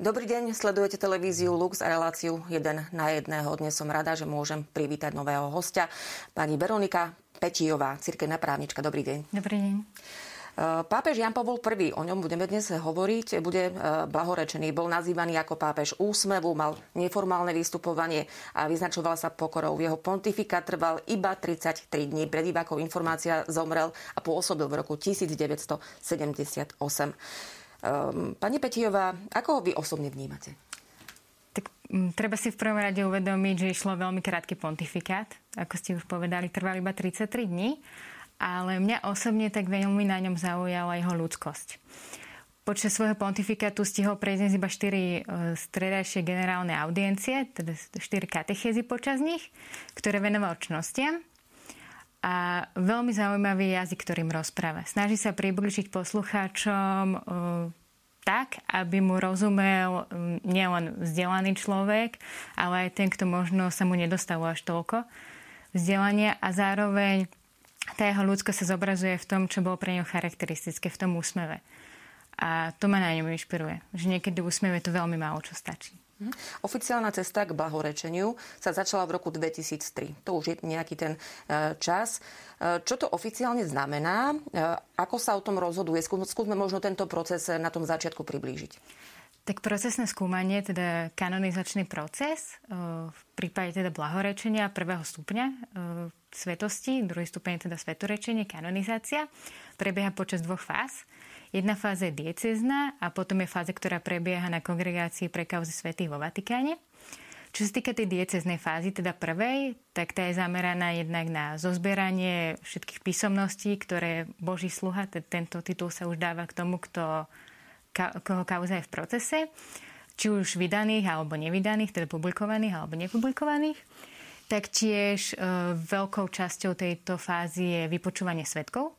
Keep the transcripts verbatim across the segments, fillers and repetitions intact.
Dobrý deň, sledujete televíziu Lux a reláciu jeden na jedného. Dnes som rada, že môžem privítať nového hostia, pani Veronika Petijová, cirkevná právnička. Dobrý deň. Dobrý deň. Pápež Ján Pavol prvý, o ňom budeme dnes hovoriť, bude blahorečený. Bol nazývaný ako pápež úsmevu, mal neformálne vystupovanie a vyznačoval sa pokorou. Jeho pontifikát trval iba tridsaťtri dní. Pre divákov informácia, zomrel a pôsobil v roku devätnásťsedemdesiatosem. Pani Petijová, ako ho vy osobne vnímate? Tak m, treba si v prvom rade uvedomiť, že išlo veľmi krátky pontifikát. Ako ste už povedali, trval iba tridsaťtri dní. Ale mňa osobne tak veľmi na ňom zaujala jeho ľudskosť. Počas svojho pontifikátu stihol prejsť iba štyri stredajšie generálne audiencie, teda štyri katechézy počas nich, ktoré venoval čnostiam. A veľmi zaujímavý jazyk, ktorým rozpráva. Snaží sa priblížiť poslucháčom tak, aby mu rozumel nielen vzdelaný človek, ale aj ten, kto možno sa mu nedostalo až toľko vzdelania, a zároveň tá jeho ľudskosť sa zobrazuje v tom, čo bolo pre ňo charakteristické, v tom úsmeve. A to ma na ňom inšpiruje. Že niekedy v úsmeve to veľmi málo čo stačí. Hm. Oficiálna cesta k blahorečeniu sa začala v roku dvetisíctri. To už je nejaký ten e, čas. E, čo to oficiálne znamená? E, ako sa o tom rozhoduje? Skúsme možno tento proces na tom začiatku priblížiť. Tak procesné skúmanie, teda kanonizačný proces, v prípade teda blahorečenia prvého stupňa svetosti, druhý stupeň teda svetorečenie, kanonizácia, prebieha počas dvoch fáz. Jedna fáza je diecézna a potom je fáza, ktorá prebieha na kongregácii pre kauzy svätých vo Vatikáne. Čo sa týka tej diecéznej fázy, teda prvej, tak tá je zameraná jednak na zozbieranie všetkých písomností, ktoré Boží sluha, tento titul sa už dáva k tomu, kto koho kauza je v procese, či už vydaných alebo nevydaných, teda publikovaných alebo nepublikovaných. Taktiež e, veľkou časťou tejto fázy je vypočúvanie svedkov. E,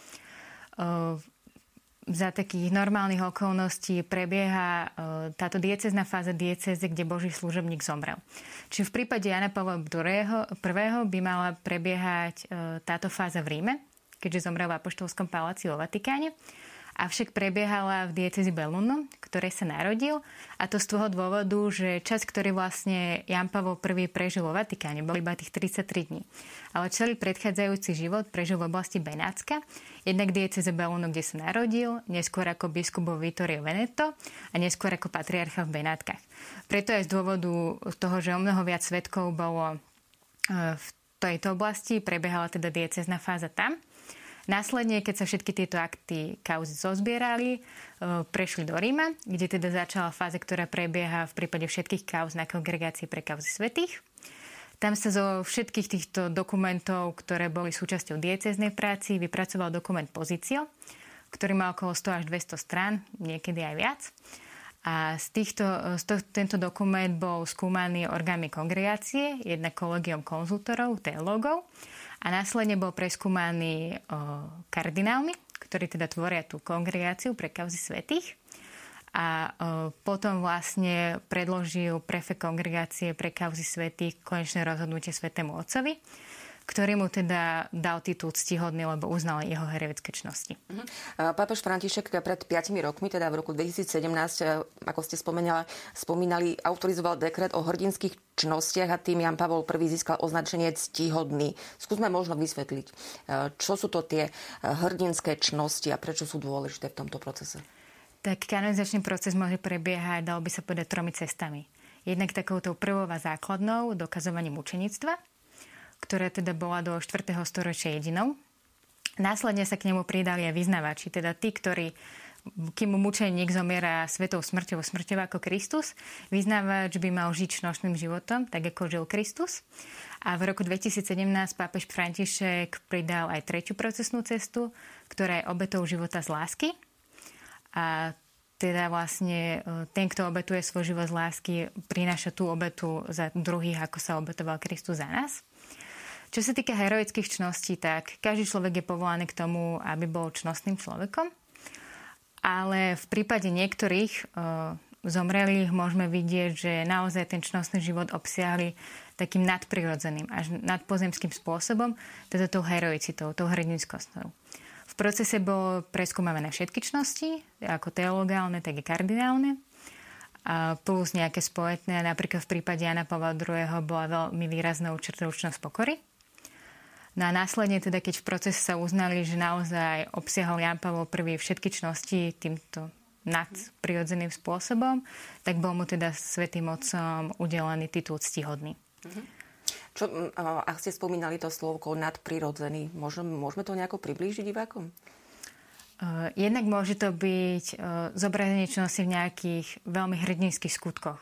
za takých normálnych okolností prebieha e, táto diecézna fáza diecézy, kde Boží služobník zomrel. Čiže v prípade Jana Pavla prvého by mala prebiehať e, táto fáza v Ríme, keďže zomrel v Apoštolskom paláci vo Vatikáne. Avšak prebiehala v diecézi Belluno, ktorej sa narodil, a to z toho dôvodu, že čas, ktorý vlastne Ján Pavol prvý prežil vo Vatikáne, bol iba tých tridsaťtri dní. Ale celý predchádzajúci život prežil v oblasti Benátska, jednak diecéze Belluno, kde sa narodil, neskôr ako biskup Vittorio Veneto a neskôr ako patriarcha v Benátkach. Preto aj z dôvodu toho, že o mnoho viac svedkov bolo v tejto oblasti, prebiehala teda diecézna fáza tam. Následne, keď sa všetky tieto akty kauzy zozbierali, prešli do Ríma, kde teda začala fáza, ktorá prebieha v prípade všetkých kauz na kongregácii pre kauzy svätých. Tam sa zo všetkých týchto dokumentov, ktoré boli súčasťou diecéznej práci, vypracoval dokument Pozício, ktorý má okolo sto až dvesto strán, niekedy aj viac. A z týchto, z to, tento dokument bol skúmaný orgánmi kongregácie, jednak kolegium konzultorov, teológov, a následne bol preskúmaný o, kardinálmi, ktorí teda tvoria tú kongregáciu pre kauzy svätých. A o, potom vlastne predložil prefekt kongregácie pre kauzy svätých konečné rozhodnutie svätému otcovi, ktorý mu teda dal titul ctihodný, lebo uznal jeho heroické čnosti. Uh-huh. Pápež František pred piatimi rokmi, teda v roku dvetisícsedemnásť, ako ste spomínali, spomínali, autorizoval dekret o hrdinských čnostiach a tým Ján Pavol prvý získal označenie ctihodný. Skúsme možno vysvetliť, čo sú to tie hrdinské čnosti a prečo sú dôležité v tomto procese. Tak kanonizačný proces môže prebiehať, dalo by sa povedať, tromi cestami. Jednak takouto prvou a základnou dokazovaním mučeníctva, ktorá teda bola do štvrtého storočia jedinou. Následne sa k nemu pridali aj vyznavači, teda tí, ktorí, kým mu mučeník zomiera svetou smrťou, smrťou ako Kristus, vyznávač by mal žiť čnošným životom, tak ako žil Kristus. A v roku dvetisícsedemnásť pápež František pridal aj tretiu procesnú cestu, ktorá je obetou života z lásky. A teda vlastne ten, kto obetuje svoj život z lásky, prináša tú obetu za druhých, ako sa obetoval Kristus za nás. Čo sa týka heroických čností, tak každý človek je povolaný k tomu, aby bol čnostným človekom. Ale v prípade niektorých e, zomrelých môžeme vidieť, že naozaj ten čnostný život obsiahli takým nadprirodzeným, až nadpozemským spôsobom, teda tou heroicitou, tou hrdinskosťou. V procese bolo preskúmané všetky čnosti, ako teologálne, tak i kardinálne. plus nejaké spojetné. Napríklad v prípade Jana Pavla druhého. bola veľmi výraznou črtou čnosť pokory. No a následne teda, keď v procese sa uznali, že naozaj obsiahol Ján Pavol prvý všetky čnosti týmto nadprirodzeným spôsobom, tak bol mu teda Svätým Otcom udelený titul ctihodný. Čo, ak ste spomínali to slovko nadprirodzený, môžeme, môžeme to nejako priblížiť divákom? Uh, jednak môže to byť uh, zobrazenie činnosti v nejakých veľmi hrdinských skutkoch.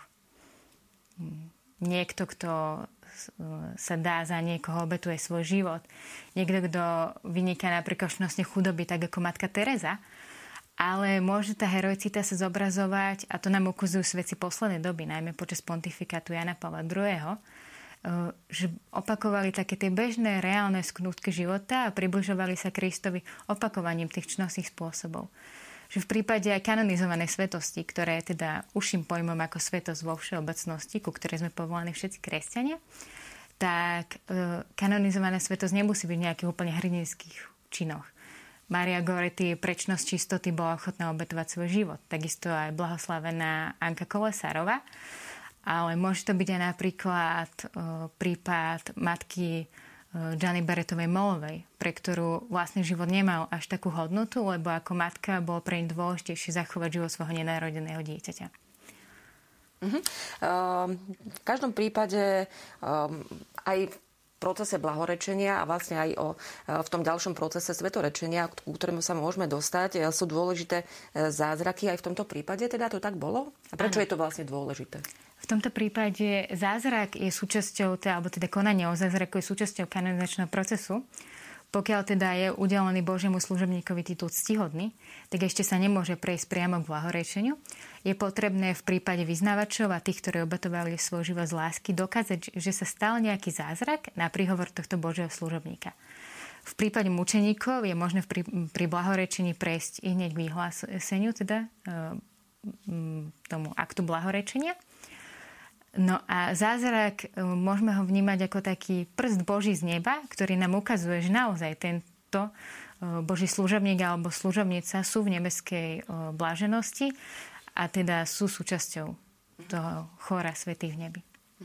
Niekto, kto uh, sa dá za niekoho, obetuje svoj život. Niekto, kto vyniká napríklad v činnosti chudoby, tak ako matka Teresa. Ale môže tá heroicita sa zobrazovať, a to nám ukazujú svedci poslednej doby, najmä počas pontifikátu Jana Pavla druhého., že opakovali také tie bežné, reálne skutky života a približovali sa Kristovi opakovaním tých čnostných spôsobov. Že v prípade aj kanonizovanej svetosti, ktoré je teda užším pojmom ako svetosť vo všeobecnosti, ku ktorej sme povolaní všetci kresťania, tak kanonizovaná svetosť nemusí byť v nejakých úplne hrdinských činoch. Mária Goretti pre čnosť čistoty bola ochotná obetovať svoj život. Takisto aj blahoslavená Anka Kolesárová. Ale môže to byť aj napríklad e, prípad matky e, Gianny Berettovej Molovej, pre ktorú vlastný život nemal až takú hodnotu, lebo ako matka bolo pre ňu dôležitejšie zachovať život svojho nenarodeného dieťaťa. Uh-huh. Um, v každom prípade um, aj procese blahorečenia a vlastne aj o, v tom ďalšom procese svetorečenia, ku ktorému sa môžeme dostať, sú dôležité zázraky aj v tomto prípade. Teda to tak bolo? A prečo ano. Je to vlastne dôležité? V tomto prípade zázrak je súčasťou, alebo teda konanie o zázraku je súčasťou kanonizačného procesu. Pokiaľ teda je udelený Božiemu služobníkovi titul ctihodný, tak ešte sa nemôže prejsť priamo k blahorečeniu. Je potrebné v prípade vyznávačov a tých, ktorí obetovali svoj život z lásky, dokázať, že sa stal nejaký zázrak na príhovor tohto Božieho služobníka. V prípade mučeníkov je možné pri, pri blahorečení prejsť i hneď k vyhláseniu, teda tomu aktu blahorečenia. No a zázrak môžeme ho vnímať ako taký prst Boží z neba, ktorý nám ukazuje, že naozaj tento Boží služobník alebo služobnica sú v nebeskej bláženosti a teda sú súčasťou toho chóra svätých v nebi.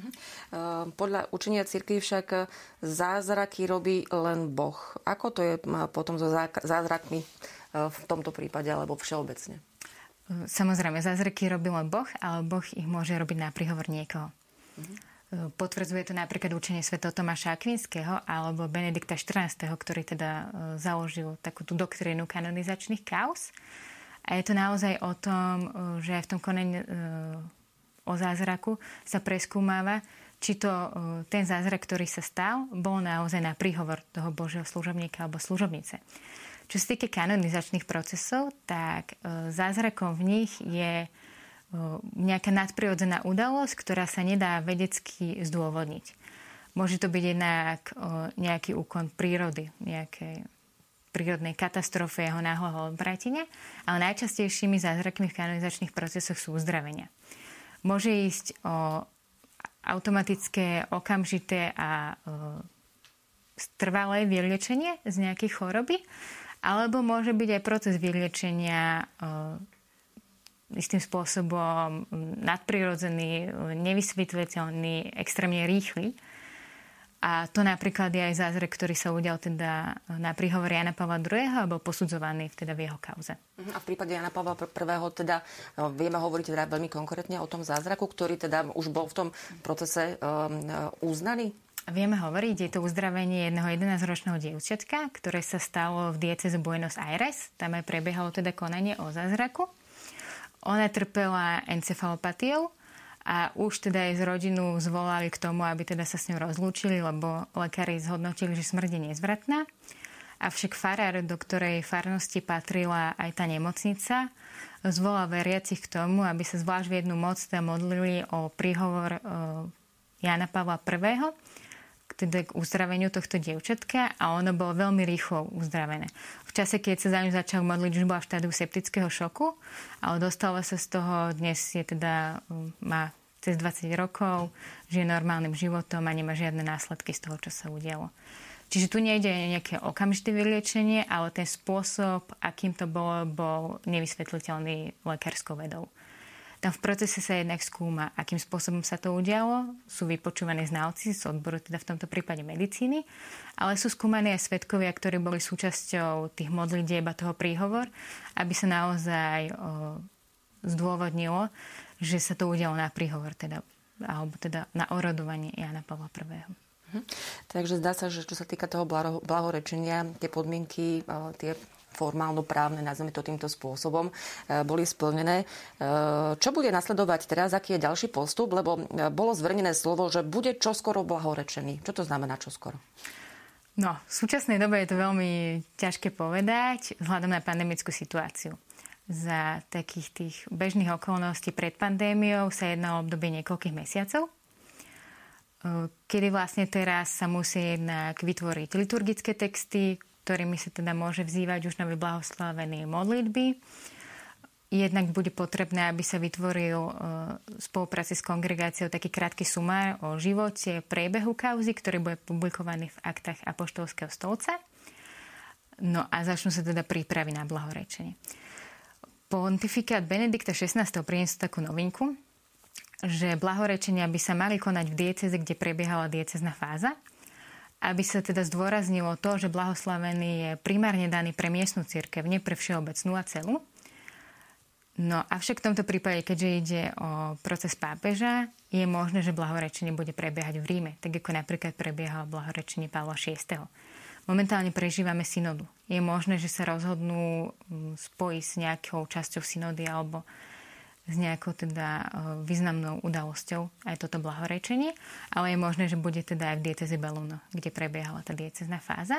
Podľa učenia cirkvi však zázraky robí len Boh. Ako to je potom so zázrakmi v tomto prípade alebo všeobecne? Samozrejme, zázraky robí len Boh, ale Boh ich môže robiť na príhovor niekoho. Mm-hmm. Potvrdzuje to napríklad učenie svätého Tomáša Akvinského alebo Benedikta štrnásteho, ktorý teda založil takú tú doktrínu kanonizačných kauz. A je to naozaj o tom, že aj v tom konaní o zázraku sa preskúmáva, či to ten zázrak, ktorý sa stal, bol naozaj na príhovor toho Božieho služobníka alebo služobnice. Čo sa týka kanonizačných procesov, tak e, zázrakom v nich je e, nejaká nadprirodzená udalosť, ktorá sa nedá vedecky zdôvodniť. Môže to byť jednak e, nejaký úkon prírody, nejakej prírodnej katastrofy, jeho náhleho odvrátenia, ale najčastejšími zázrakmi v kanonizačných procesoch sú uzdravenia. Môže ísť o automatické, okamžité a e, trvalé vyliečenie z nejakej choroby, alebo môže byť aj proces vyliečenia e, istým spôsobom nadprirodzený, nevysvetliteľný, extrémne rýchly. A to napríklad je aj zázrak, ktorý sa udial teda na príhovor Jana Pavla druhého. Bol posudzovaný teda v jeho kauze. A v prípade Jana Pavla prvého. teda vieme hovoriť teda veľmi konkrétne o tom zázraku, ktorý teda už bol v tom procese um, uznaný? Vieme hovoriť, je to uzdravenie jedného jedenásťročného dievčatka, ktoré sa stalo v diecéze Buenos Aires. Tam aj prebiehalo teda konanie o zázraku. Ona trpela encefalopatiou a už teda aj z rodinu zvolali k tomu, aby teda sa s ňou rozlúčili, lebo lekári zhodnotili, že smrť je nezvratná. Avšak farár, do ktorej farnosti patrila aj tá nemocnica, zvolal veriacich k tomu, aby sa zvlášť v jednu noc modlili o príhovor Jana Pavla prvého. Teda k uzdraveniu tohto dievčatka a ono bolo veľmi rýchlo uzdravené. V čase, keď sa za ňu začal modliť, už bola v štádiu septického šoku, ale dostala sa z toho, dnes je teda, má cez dvadsať rokov, žije normálnym životom a nemá žiadne následky z toho, čo sa udialo. Čiže tu nejde o nejaké okamžité vyliečenie, ale ten spôsob, akým to bolo, bol nevysvetliteľný lekárskou vedou. Tam v procese sa jednak skúma, akým spôsobom sa to udialo. Sú vypočúvaní znalci z odboru, teda v tomto prípade medicíny, ale sú skúmaní aj svedkovia, ktorí boli súčasťou tých modlitieb a toho príhovor, aby sa naozaj o, zdôvodnilo, že sa to udialo na príhovor, teda, alebo teda na orodovanie Jana Pavla prvého. Mhm. Takže zdá sa, že čo sa týka toho blahorečenia, tie podmienky, tie formálno-právne, nazveme to týmto spôsobom, boli splnené. Čo bude nasledovať teraz? Aký je ďalší postup? Lebo bolo zverejnené slovo, že bude čoskoro blahorečený. Čo to znamená čoskoro? No, v súčasnej dobe je to veľmi ťažké povedať vzhľadom na pandemickú situáciu. Za takých tých bežných okolností pred pandémiou sa jednalo obdobie niekoľkých mesiacov, kedy vlastne teraz sa musí jednak vytvoriť liturgické texty, ktorými sa teda môže vzývať už nový blahoslavený modlitby. Jednak bude potrebné, aby sa vytvoril v spolupráci s kongregáciou taký krátky sumár o živote, priebehu kauzy, ktorý bude publikovaný v aktách Apoštolského stolca. No a začnú sa teda prípravy na blahorečenie. Pontifikát Benedikta šestnásteho priniesol takú novinku, že blahorečenia by sa mali konať v diecéze, kde prebiehala diecézna fáza, aby sa teda zdôraznilo to, že blahoslavený je primárne daný pre miestnu cirkev, nie pre všeobecnú a celú. No avšak v tomto prípade, keďže ide o proces pápeža, je možné, že blahorečenie bude prebiehať v Ríme, tak ako napríklad prebiehalo blahorečenie Pavla šiesteho. Momentálne prežívame synodu. Je možné, že sa rozhodnú spojiť s nejakou časťou synody alebo s nejakou teda významnou udalosťou aj toto blahorečenie, ale je možné, že bude teda aj v diecéze Belluno, kde prebiehala tá diecézna fáza.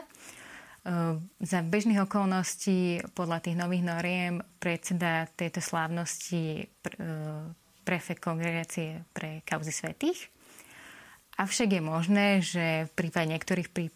Za bežných okolností podľa tých nových noriem predseda tejto slávnosti prefekt kongregácie pre kauzy svätých. Avšak je možné, že v prípade niektorých prí...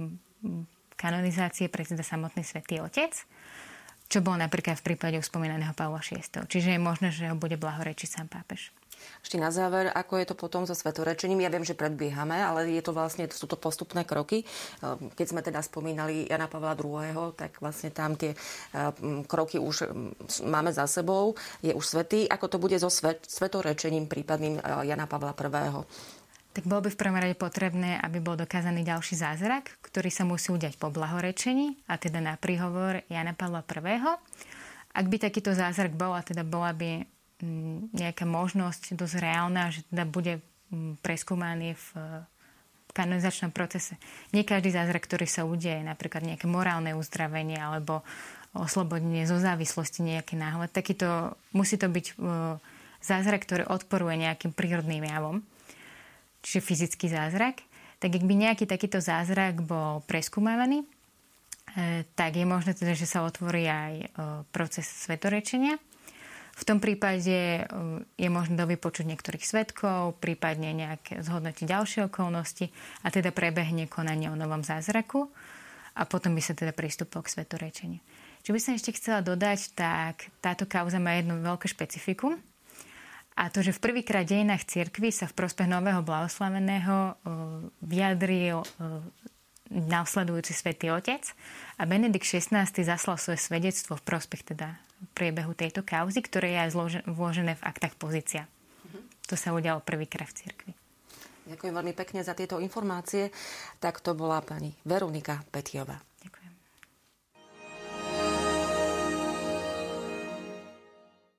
kanonizácie predseda samotný svätý Otec, čo bolo napríklad v prípade uspomínaného Pavla šiesteho. Čiže je možné, že ho bude blahorečiť sám pápež. Ešte na záver, ako je to potom so svetorečením? Ja viem, že predbiehame, ale je to vlastne, sú to postupné kroky. Keď sme teda spomínali Jana Pavla druhého, tak vlastne tam tie kroky už máme za sebou. Je už svätý. Ako to bude so svetorečením prípadným Jana Pavla prvého? Tak bolo by v prvom rade potrebné, aby bol dokázaný ďalší zázrak, ktorý sa musí udiať po blahorečení, a teda na príhovor Jana Pavla prvého. Ak by takýto zázrak bol, a teda bola by nejaká možnosť dosť reálna, že teda bude preskúmaný v kanonizačnom procese. Nie každý zázrak, ktorý sa udeje, napríklad nejaké morálne uzdravenie alebo oslobodenie zo závislosti nejaký náhle, takýto musí to byť zázrak, ktorý odporuje nejakým prírodným javom, čiže fyzický zázrak, tak ak by nejaký takýto zázrak bol preskúmavaný, tak je možné teda, že sa otvorí aj proces svetorečenia. V tom prípade je možné dovypočuť niektorých svedkov, prípadne nejaké zhodnotiť ďalšie okolnosti a teda prebehne konanie o novom zázraku a potom by sa teda pristúpilo k svetorečeniu. Čo by som ešte chcela dodať, tak táto kauza má jedno veľké špecifikum. A to, že v prvýkrát v dejinách cirkvi sa v prospech nového blahoslaveného vyjadril nasledujúci svätý Otec a Benedikt šestnásty zaslal svoje svedectvo v prospech teda priebehu tejto kauzy, ktoré je aj vložené v aktách pozícia. Mhm. To sa udialo prvýkrát v cirkvi. Ďakujem veľmi pekne za tieto informácie. Tak to bola pani Veronika Petiová.